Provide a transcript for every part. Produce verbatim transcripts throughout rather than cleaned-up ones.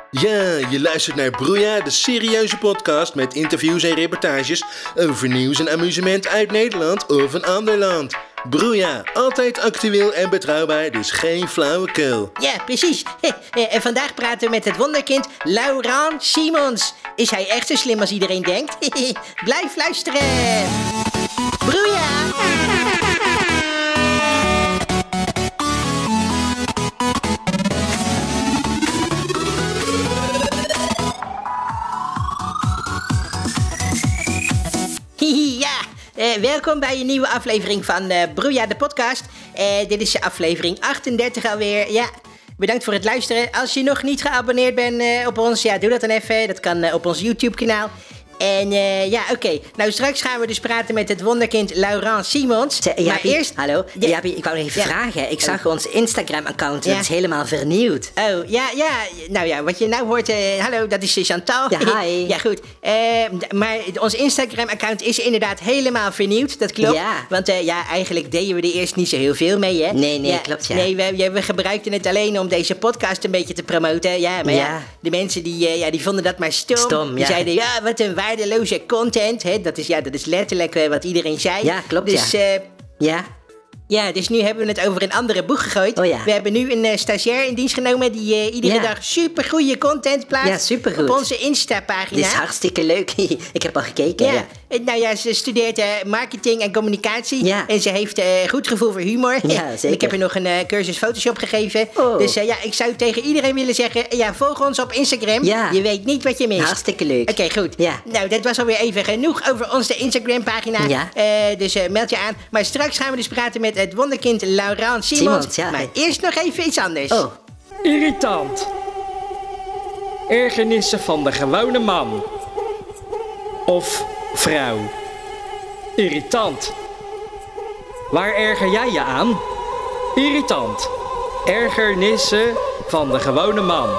Ja, je luistert naar Broeia, de serieuze podcast met interviews en reportages over nieuws en amusement uit Nederland of een ander land. Broeia, altijd actueel en betrouwbaar, dus geen flauwekul. Ja, precies. En vandaag praten we met het wonderkind Laurent Simons. Is hij echt zo slim als iedereen denkt? Blijf luisteren. Broeia. Ja, uh, welkom bij een nieuwe aflevering van uh, Broeia de podcast. Uh, dit is aflevering achtendertig alweer. Ja, bedankt voor het luisteren. Als je nog niet geabonneerd bent uh, op ons, ja, doe dat dan even. Dat kan uh, op ons YouTube kanaal. En uh, ja, oké. Okay. Nou, straks gaan we dus praten met het wonderkind Laurent Simons. Ze, maar eerst... Hallo? Ja. Jaapie, ik wou nog even ja. vragen. Ik zag oh. ons Instagram-account, dat ja. is helemaal vernieuwd. Oh, ja, ja. Nou ja, wat je nou hoort... Uh, hallo, dat is Chantal. Ja, hi. Ja, goed. Uh, maar ons Instagram-account is inderdaad helemaal vernieuwd. Dat klopt. Ja. Want uh, ja, eigenlijk deden we er eerst niet zo heel veel mee, hè? Nee, nee, ja, klopt, ja. Nee, we, ja, we gebruikten het alleen om deze podcast een beetje te promoten. Ja, maar ja, ja de mensen die, uh, ja, die vonden dat maar stom. Stom, Die ja. zeiden, ja, wat een waardeloze content. Hè? Dat, is, ja, dat is letterlijk uh, wat iedereen zei. Ja, klopt, dus, ja. Uh, ja. Ja, dus nu hebben we het over een andere boeg gegooid. Oh, ja. We hebben nu een uh, stagiair in dienst genomen die uh, iedere ja. dag supergoeie content plaatst. Ja, supergoed. Op onze Insta-pagina. Dit is hartstikke leuk. Ik heb al gekeken. Ja. ja. Nou ja, ze studeert uh, marketing en communicatie. Ja. En ze heeft uh, goed gevoel voor humor. Ja, zeker. En ik heb er nog een uh, cursus Photoshop gegeven. Oh. Dus uh, ja, ik zou tegen iedereen willen zeggen... Ja, volg ons op Instagram. Ja. Je weet niet wat je mist. Hartstikke leuk. Oké, okay, goed. Ja. Nou, dat was alweer even genoeg over onze Instagram-pagina. Ja. Uh, dus uh, meld je aan. Maar straks gaan we dus praten met het wonderkind Laurent Simons. Simons ja. Maar eerst nog even iets anders. Oh. Irritant. Ergernissen van de gewone man. Of vrouw. Irritant. Waar erger jij je aan? Irritant. Ergernissen van de gewone man.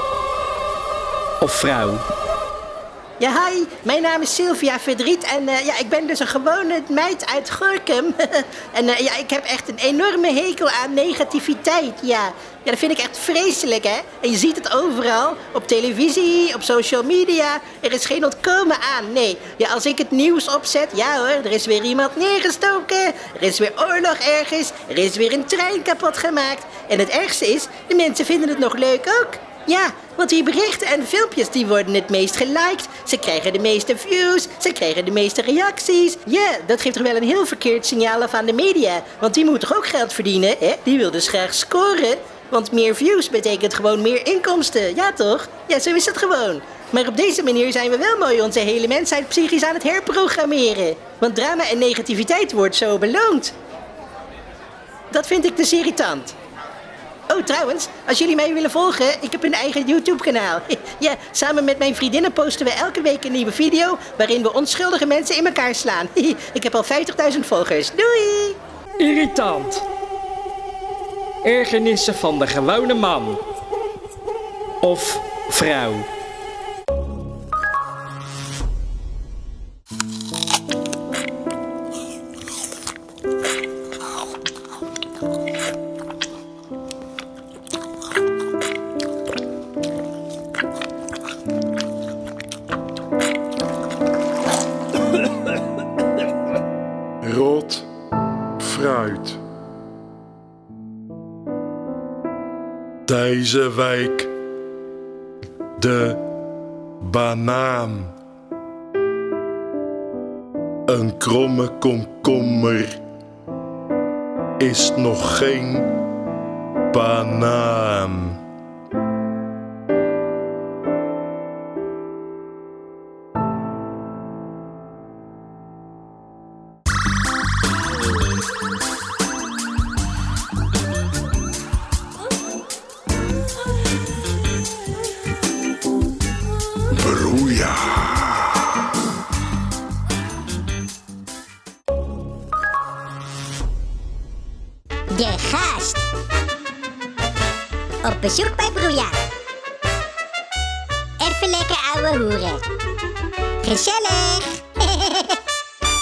Of vrouw. Ja, hi. Mijn naam is Sylvia Verdriet en uh, ja, ik ben dus een gewone meid uit Gorinchem. en uh, ja, ik heb echt een enorme hekel aan negativiteit, ja. Ja, dat vind ik echt vreselijk, hè. En je ziet het overal, op televisie, op social media. Er is geen ontkomen aan, nee. Ja, als ik het nieuws opzet, ja hoor, er is weer iemand neergestoken. Er is weer oorlog ergens. Er is weer een trein kapot gemaakt. En het ergste is, de mensen vinden het nog leuk ook. Ja, want die berichten en filmpjes die worden het meest geliked. Ze krijgen de meeste views, ze krijgen de meeste reacties. Ja, dat geeft toch wel een heel verkeerd signaal af aan de media. Want die moet toch ook geld verdienen, hè? Die wil dus graag scoren. Want meer views betekent gewoon meer inkomsten, ja toch? Ja, zo is het gewoon. Maar op deze manier zijn we wel mooi onze hele mensheid psychisch aan het herprogrammeren. Want drama en negativiteit wordt zo beloond. Dat vind ik dus irritant. Oh, trouwens, als jullie mij willen volgen, ik heb een eigen YouTube-kanaal. Ja, samen met mijn vriendinnen posten we elke week een nieuwe video... waarin we onschuldige mensen in elkaar slaan. Ik heb al vijftigduizend volgers. Doei! Irritant. Ergernissen van de gewone man. Of vrouw. Rood fruit. Deze week de banaan. Een kromme komkommer is nog geen banaan. Broeia. De gast. Op bezoek bij Broeia. Even lekker ouwe hoeren. Gezellig.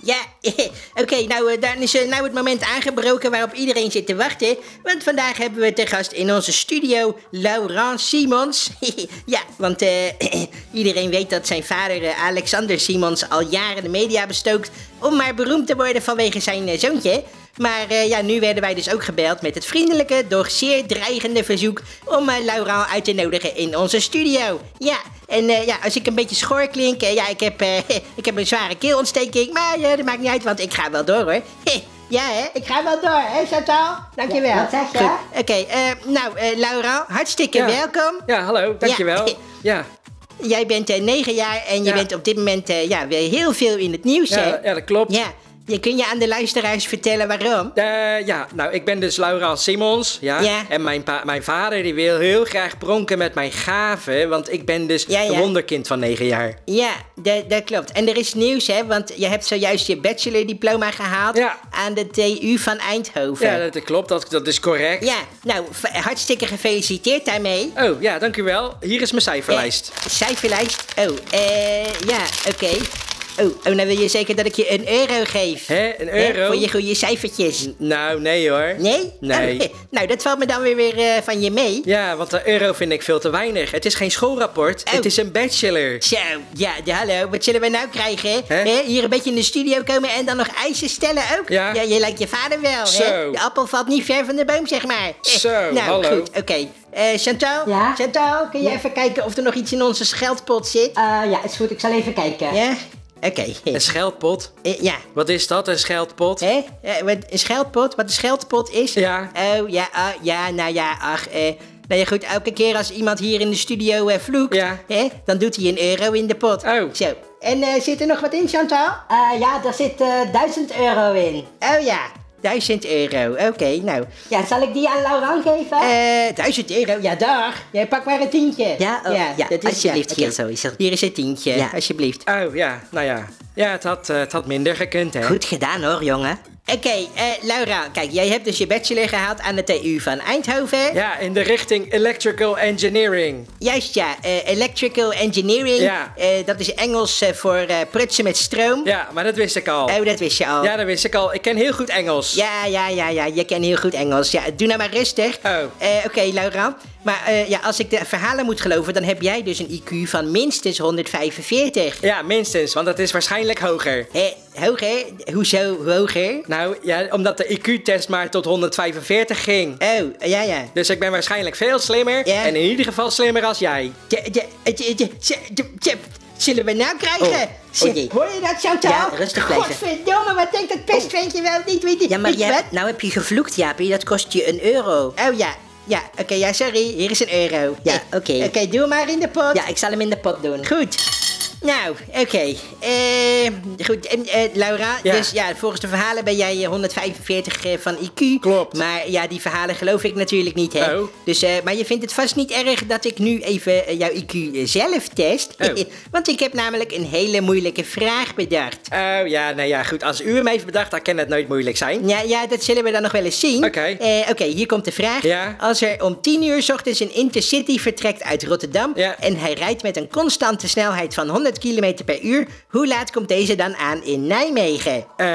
Ja, oké, nou uh, dan is uh, nou het moment aangebroken waarop iedereen zit te wachten. Want vandaag hebben we te gast in onze studio Laurent Simons. Ja, want uh, iedereen weet dat zijn vader uh, Alexander Simons al jaren de media bestookt om maar beroemd te worden vanwege zijn uh, zoontje. Maar uh, ja, nu werden wij dus ook gebeld met het vriendelijke, doch zeer dreigende verzoek om uh, Laurent uit te nodigen in onze studio. Ja, en uh, ja, als ik een beetje schor klink, uh, ja, ik heb, uh, ik heb een zware keelontsteking, maar uh, dat maakt niet uit, want ik ga wel door hoor. Ja, hè? Ik ga wel door, hè, Chantal? Dankjewel. Ja, wat zeg je? Oké, okay, uh, nou, uh, Laurent, hartstikke Ja. welkom. Ja, hallo, dankjewel. Ja. Ja, Jij bent uh, negen jaar en je Ja. bent op dit moment uh, ja, weer heel veel in het nieuws, hè? ja, ja dat klopt. Ja, je kun je aan de luisteraars vertellen waarom? Eh, ja, nou, ik ben dus Laurent Simons, ja. Ja. En mijn, pa- mijn vader die wil heel graag pronken met mijn gaven, want ik ben dus Ja, ja. een wonderkind van negen jaar. Ja, dat, dat klopt. En er is nieuws, hè? Want je hebt zojuist je bachelordiploma gehaald Ja. aan de T U van Eindhoven. Ja, dat klopt, dat, dat is correct. Ja, nou, v- hartstikke gefeliciteerd daarmee. Oh, ja, dank u wel. Hier is mijn cijferlijst. Eh, cijferlijst. Oh, eh, ja, oké. Oh, oh, nou wil je zeker dat ik je een euro geef? Hè, een Hè, euro? voor je goede cijfertjes. Nou, nee hoor. Nee? Nee. Oh, nou, dat valt me dan weer, weer eh, van je mee. Ja, want een euro vind ik veel te weinig. Het is geen schoolrapport, Oh. het is een bachelor. Zo, ja, de, hallo, wat zullen we nou krijgen? Hè? Hè, hier een beetje in de studio komen en dan nog eisen stellen ook? Ja. je lijkt je vader wel, Zo. hè? De appel valt niet ver van de boom, zeg maar. Eh, Zo, nou, hallo. goed, oké. Eh, Chantal? Ja? Chantal, kun je Ja. even kijken of er nog iets in onze scheldpot zit? Uh, ja, is goed. Ik zal even kijken. Ja? Oké. Een scheldpot? Eh, ja. Wat is dat, een scheldpot? Hè? Eh, wat, een scheldpot? Wat een scheldpot is? Ja. Oh, ja, ah, ja, nou ja, ach, eh... Nou ja, goed, elke keer als iemand hier in de studio eh, vloekt, Ja. hè, dan doet hij een euro in de pot. Oh. Zo. En eh, zit er nog wat in, Chantal? Uh, ja, daar zit uh, duizend euro in. Oh ja, duizend euro. Oké, nou. Ja, zal ik die aan Laurent geven? Eh, duizend euro? Ja, dag. Jij pak maar een tientje. Ja, oh, ja, alsjeblieft, oké. hier zo is er. Hier is een tientje, Ja. alsjeblieft. Oh, ja, nou ja. Ja, het had, eh, het had minder gekund, hè? Goed gedaan hoor, jongen. Oké, eh, Laura, kijk, jij hebt dus je bachelor gehaald aan de T U van Eindhoven. Ja, in de richting Electrical Engineering. Juist ja, eh, electrical engineering. Ja. Eh, dat is Engels eh, voor eh, prutsen met stroom. Ja, maar dat wist ik al. Oh, dat wist je al. Ja, dat wist ik al. Ik ken heel goed Engels. Ja, ja, ja, ja, je kent heel goed Engels. Ja, doe nou maar rustig. Oh. Eh, Oké, Laura. Maar eh, ja, als ik de verhalen moet geloven, dan heb jij dus een I Q van minstens honderdvijfenveertig. Ja, minstens, want dat is waarschijnlijk hoger. Hé, hoger? Hoezo hoger? Nou, ja, omdat de I Q-test maar tot honderdvijfenveertig ging. Oh, ja, ja. Dus ik ben waarschijnlijk veel slimmer. Ja. En in ieder geval slimmer als jij. Ja, ja, ja, ja, ja, ja, ja, zullen we nou krijgen? Oh, Zeg, oh jee. hoor je dat, Chantal? Ja, rustig blijven. Godverdomme, wat denkt dat pestventje wel niet? Weet je, Ja, maar weet je je wat? hebt, nou heb je gevloekt, Jaapie. Dat kost je een euro. Oh ja, ja, oké, ja, sorry. Hier is een euro. Ja, Eh, oké. Oké, doe maar in de pot. Ja, ik zal hem in de pot doen. Goed. Nou, oké. Eh, goed, en, eh, Laura, Ja. dus ja, volgens de verhalen ben jij eh, honderdvijfenveertig eh, van I Q. Klopt. Maar ja, die verhalen geloof ik natuurlijk niet, hè? Oh. Dus, eh, maar je vindt het vast niet erg dat ik nu even eh, jouw I Q zelf test? Oh. Want ik heb namelijk een hele moeilijke vraag bedacht. Oh, ja, nou ja, goed. Als u hem heeft bedacht, dan kan het nooit moeilijk zijn. Ja, ja, dat zullen we dan nog wel eens zien. Oké. Eh, Oké, hier komt de vraag. Ja. Als er om tien uur 's ochtends een intercity vertrekt uit Rotterdam... Ja. en hij rijdt met een constante snelheid van honderd kilometer per uur... hoe laat komt deze dan aan in Nijmegen? Eh...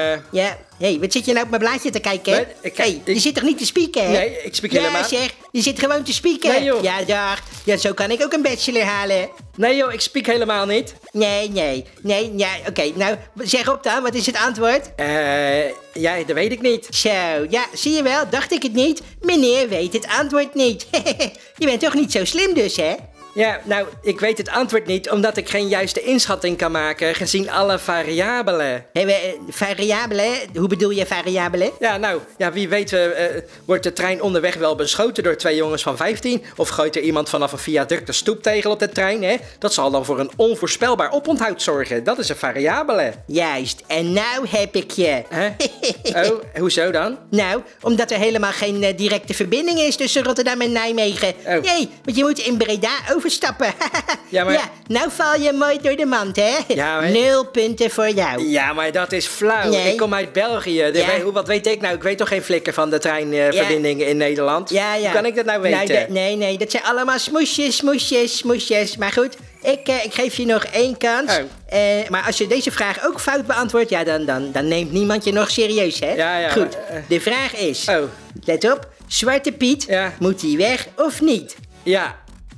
Ja, hé, hey, wat zit je nou op mijn blaadje te kijken? Nee, ik- hey, je ik- zit toch niet te spieken, hè? Nee, ik spiek ja, helemaal. zeg, je zit gewoon te spieken. Nee, joh. Ja, dag. Ja, zo kan ik ook een bachelor halen. Nee joh, ik spiek helemaal niet. Nee, nee, nee, ja, oké. Nou, zeg op dan, wat is het antwoord? Eh... ja, dat weet ik niet. Zo, ja, zie je wel, dacht ik het niet. Meneer weet het antwoord niet. Je bent toch niet zo slim dus, hè? Ja, nou, ik weet het antwoord niet, omdat ik geen juiste inschatting kan maken, gezien alle variabelen. Hé, we, eh, variabelen? Hoe bedoel je variabelen? Ja, nou, ja, wie weet eh, eh, wordt de trein onderweg wel beschoten door twee jongens van vijftien? Of gooit er iemand vanaf een viaduct de stoeptegel op de trein, hè? Dat zal dan voor een onvoorspelbaar oponthoud zorgen. Dat is een variabele. Juist, en nou heb ik je. Hè? Oh, hoezo dan? Nou, omdat er helemaal geen eh, directe verbinding is tussen Rotterdam en Nijmegen. Oh. Nee, want je moet in Breda over overstappen. Ja, maar- Ja, nou val je mooi door de mand, hè? Ja, maar- Nul punten voor jou. Ja, maar dat is flauw. Nee. Ik kom uit België. De- Ja. weet- hoe- wat weet ik nou? Ik weet toch geen flikker van de treinverbindingen in Nederland? Ja, ja. Hoe kan ik dat nou weten? Nou, de- nee, nee, dat zijn allemaal smoesjes, smoesjes, smoesjes. Maar goed, ik, eh, ik geef je nog één kans. Oh. Eh, maar als je deze vraag ook fout beantwoordt, ja, dan, dan, dan neemt niemand je nog serieus, hè? Ja, ja, Goed, maar, eh. de vraag is, Oh, let op, Zwarte Piet, Ja. moet hij weg of niet? ja,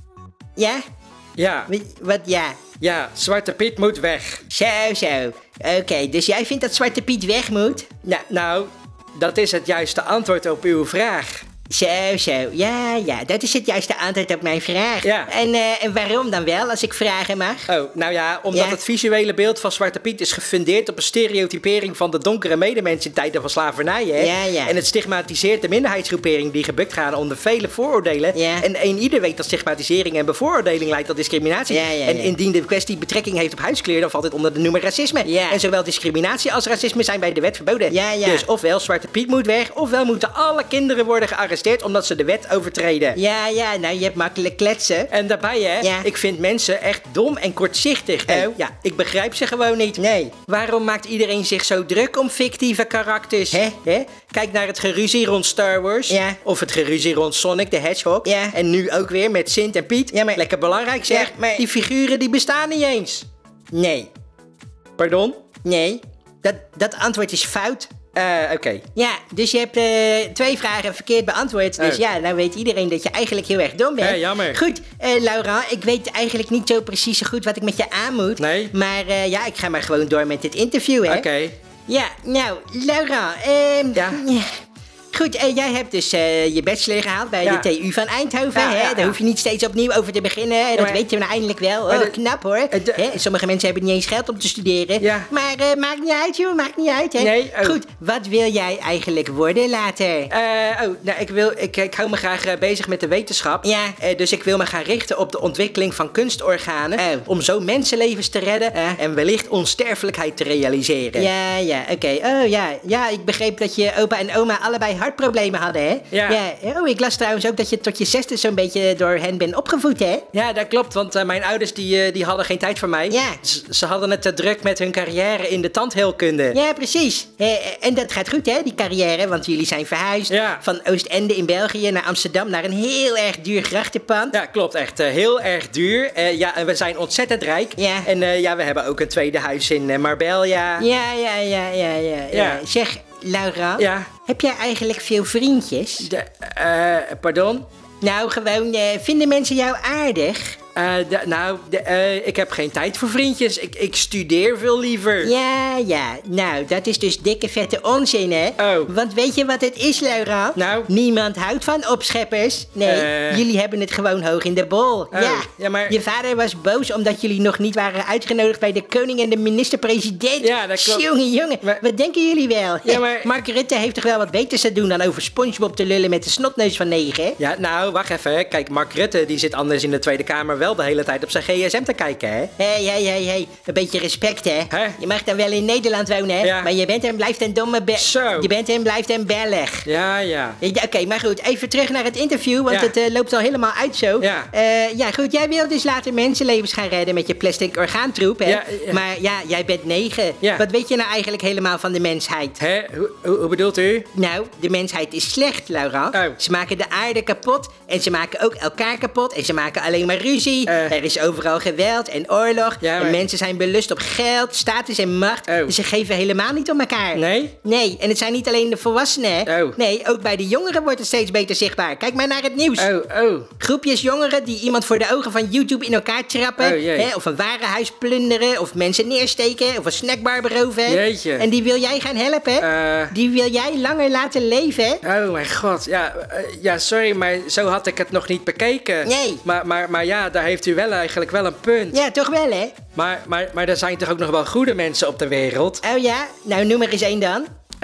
Ja? ja, Wat, wat ja? ja. Zwarte Piet moet weg. Zo, zo. Oké, dus jij vindt dat Zwarte Piet weg moet? Ja, nou, dat is het juiste antwoord op uw vraag. Zo, zo. Ja, ja, dat is het juiste antwoord op mijn vraag. Ja. En, eh, en waarom dan wel, als ik vragen mag? Oh, nou ja, omdat Ja. het visuele beeld van Zwarte Piet is gefundeerd op een stereotypering van de donkere medemens in tijden van slavernij, hè? Ja, ja. En het stigmatiseert de minderheidsgroepering die gebukt gaan onder vele vooroordelen. Ja. En een ieder weet dat stigmatisering en bevoordeling leidt tot discriminatie. Ja, ja, en ja. indien de kwestie betrekking heeft op huidskleur, dan valt het onder de noemer racisme. Ja. En zowel discriminatie als racisme zijn bij de wet verboden. Ja, ja. Dus ofwel Zwarte Piet moet weg, ofwel moeten alle kinderen worden gearresteerd omdat ze de wet overtreden. Ja, ja, nou, je hebt makkelijk kletsen. En daarbij, hè, Ja. ik vind mensen echt dom en kortzichtig. En Oh. ja, ik begrijp ze gewoon niet. Nee. Waarom maakt iedereen zich zo druk om fictieve karakters? Hè? Hè? Kijk naar het geruzie rond Star Wars. Ja. Of het geruzie rond Sonic the Hedgehog. Ja. En nu ook weer met Sint en Piet. Ja, maar- Lekker belangrijk zeg. Ja, maar- Die figuren die bestaan niet eens. Nee, Pardon? nee. Dat, dat antwoord is fout. Eh, oké. Ja, dus je hebt eh, twee vragen verkeerd beantwoord. Dus Oh. ja, nou weet iedereen dat je eigenlijk heel erg dom bent. Ja, jammer. Goed, eh, Laura, ik weet eigenlijk niet zo precies zo goed wat ik met je aan moet. Nee? Maar eh, ja, ik ga maar gewoon door met dit interview, hè. Oké. Ja, nou, Laura, ehm... Ja? Goed, eh, jij hebt dus eh, je bachelor gehaald bij Ja. de T U van Eindhoven, Ja, hè? ja, Daar ja. hoef je niet steeds opnieuw over te beginnen, hè? Dat maar- weet je nou eindelijk wel. Maar Oh, de- knap hoor. Eh, de- Hè, sommige mensen hebben niet eens geld om te studeren. Ja. Maar eh, maakt niet uit, joh, maakt niet uit, hè? Nee, oh. Goed, wat wil jij eigenlijk worden later? Eh, oh, nou, ik, wil, ik, ik hou me graag eh, bezig met de wetenschap. Ja. Eh, dus ik wil me gaan richten op de ontwikkeling van kunstorganen. Oh. Om zo mensenlevens te redden Ja. en wellicht onsterfelijkheid te realiseren. Ja, ja, oké. Oh ja, ja, ik begreep dat je opa en oma allebei hartproblemen hadden, hè? Ja. Oh, ik las trouwens ook dat je tot je zesde zo'n beetje door hen bent opgevoed, hè? Ja, dat klopt, want eh, mijn ouders die, eh, die hadden geen tijd voor mij. Ja. Z- ze hadden het te druk met hun carrière in de tandheelkunde. Ja, precies. Eh, en dat gaat goed, hè, die carrière, want jullie zijn verhuisd Ja. van Oostende in België naar Amsterdam, naar een heel erg duur grachtenpand. Ja, klopt. Echt eh, heel erg duur. Eh, ja, en we zijn ontzettend rijk. Ja. En eh, ja, we hebben ook een tweede huis in eh, Marbella. Ja, ja, ja, ja, ja, ja. Ja. Zeg, Laura, Ja. heb jij eigenlijk veel vriendjes? De, eh, pardon? Nou, gewoon, eh, vinden mensen jou aardig? Eh, de- nou, de, eh, ik heb geen tijd voor vriendjes. Ik, ik studeer veel liever. Ja, ja. Nou, dat is dus dikke vette onzin, hè? Oh. Want weet je wat het is, Laura? Nou? Niemand houdt van opscheppers. Nee, Eh. jullie hebben het gewoon hoog in de bol. Ja. ja, maar- Je vader was boos omdat jullie nog niet waren uitgenodigd bij de koning en de minister-president. Ja, dat klopt. Jongen, jongen. Maar- Wat denken jullie wel? Ja, maar- Mark Rutte heeft toch wel wat beters te doen dan over SpongeBob te lullen met de snotneus van negen, hè? Ja, nou, wacht even. Hè. Kijk, Mark Rutte die zit anders in de Tweede Kamer wel de hele tijd op zijn gsm te kijken, hè? Hé, hé, hé, hé. Een beetje respect, hè? Hè? Je mag dan wel in Nederland wonen, hè? Ja. Maar je bent en blijft een domme be... Zo. Je bent en blijft een Belg. Ja, ja. Ja, Oké, maar goed, even terug naar het interview, want Ja. het eh, loopt al helemaal uit zo. Ja. Eh, ja, goed, jij wil dus later mensenlevens gaan redden met je plastic orgaantroep, hè? Ja, ja. Maar ja, jij bent negen. Ja. Wat weet je nou eigenlijk helemaal van de mensheid? Hè? Hoe, hoe, hoe bedoelt u? Nou, de mensheid is slecht, Laura. Oh. Ze maken de aarde kapot en ze maken ook elkaar kapot en ze maken alleen maar ruzie. Eh. Er is overal geweld en oorlog Ja, maar- en mensen zijn belust op geld, status en macht. Oh. Dus ze geven helemaal niet om elkaar. Nee? Nee, en het zijn niet alleen de volwassenen, hè? Oh. Nee, ook bij de jongeren wordt het steeds beter zichtbaar. Kijk maar naar het nieuws. Oh, oh. Groepjes jongeren die iemand voor de ogen van YouTube in elkaar trappen. Oh, jee. Hè, of een warenhuis plunderen. Of mensen neersteken. Of een snackbar beroven. Jeetje. En die wil jij gaan helpen? Eh. Die wil jij langer laten leven? Oh mijn god, ja, eh, ja, sorry, maar zo had ik het nog niet bekeken. Nee. Maar, maar, maar ja, daar heeft u wel eigenlijk wel een punt. Ja, toch wel, hè? Maar, maar, maar er zijn toch ook nog wel goede mensen op de wereld? Oh ja? Nou, noem er eens één dan.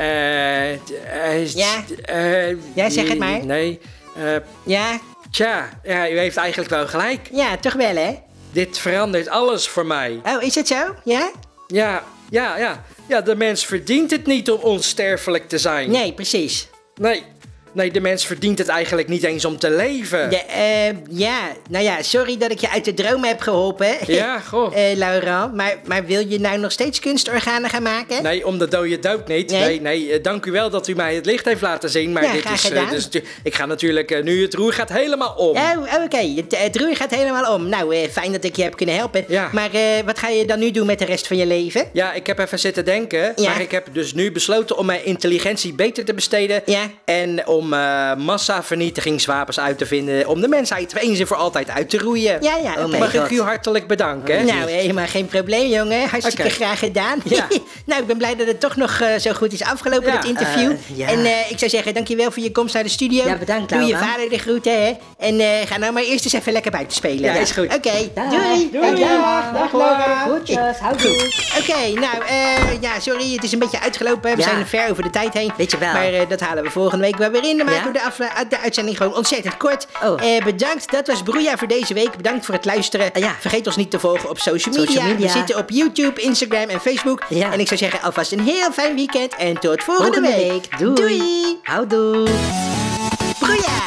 Eh, d- eh, Ja? eh, Ja, zeg het maar. Nee, eh, Ja? tja, ja, u heeft eigenlijk wel gelijk. Ja, toch wel, hè? Dit verandert alles voor mij. Oh, is het zo? Ja? Ja, ja, ja. Ja, de mens verdient het niet om onsterfelijk te zijn. Nee, precies. Nee. Nee, de mens verdient het eigenlijk niet eens om te leven. Ja, eh, ja, nou ja, sorry dat ik je uit de droom heb geholpen. Ja, goh. Eh, Laurent, maar, maar wil je nou nog steeds kunstorganen gaan maken? Nee, om de dode dood niet. Nee? Nee, nee, eh, dank u wel dat u mij het licht heeft laten zien. Maar Ja, dit graag is, eh, gedaan. dus, tu- ik ga natuurlijk, eh, nu het roer gaat helemaal om. Oh, oké. Het, het roer gaat helemaal om. Nou, eh, fijn dat ik je heb kunnen helpen. Ja. Maar eh, wat ga je dan nu doen met de rest van je leven? Ja, ik heb even zitten denken. Ja. Maar ik heb dus nu besloten om mijn intelligentie beter te besteden. Ja. En om eh massavernietigingswapens uit te vinden. Om de mensheid eens en voor altijd uit te roeien. Ja, ja, oké. Mag ik God. u hartelijk bedanken. Nou, helemaal geen probleem, jongen. Hartstikke Oké. graag gedaan. Ja. Nou, ik ben blij dat het toch nog eh, zo goed is afgelopen, Ja. het interview. Eh, ja. En eh, ik zou zeggen, dankjewel voor je komst naar de studio. Ja, bedankt, Doe je Laura. vader de groeten, hè. En eh, ga nou maar eerst eens even lekker buiten spelen. Ja, is goed. Oké, Dag. doei. Doei. Dag, dag, Laura. Groetjes, houdoe. Oké, nou, eh, ja, sorry, het is een beetje uitgelopen. We Ja. zijn ver over de tijd heen. Weet je wel. Maar eh, dat halen we volgende week wel weer in. Dan maken Ja? we de, afle- de uitzending gewoon ontzettend kort. Oh. Eh, bedankt, dat was Broeia voor deze week. Bedankt voor het luisteren. Ah, ja. Vergeet ons niet te volgen op social media. Social media. We zitten op YouTube, Instagram en Facebook. Ja. En ik zou zeggen, alvast een heel fijn weekend. En tot volgende, Volgende week. week. Doei. Doei. Houdoe. Broeia.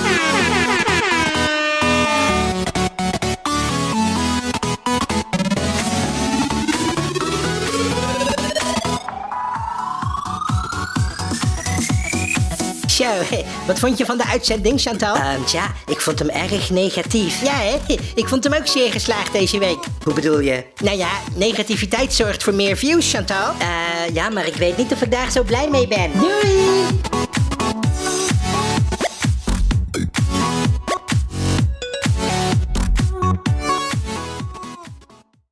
Zo, hé, wat vond je van de uitzending, Chantal? Ehm, tja, ik vond hem erg negatief. Ja, hè? Ik vond hem ook zeer geslaagd deze week. Hoe bedoel je? Nou ja, negativiteit zorgt voor meer views, Chantal. Eh, ja, maar ik weet niet of ik daar zo blij mee ben. Doei!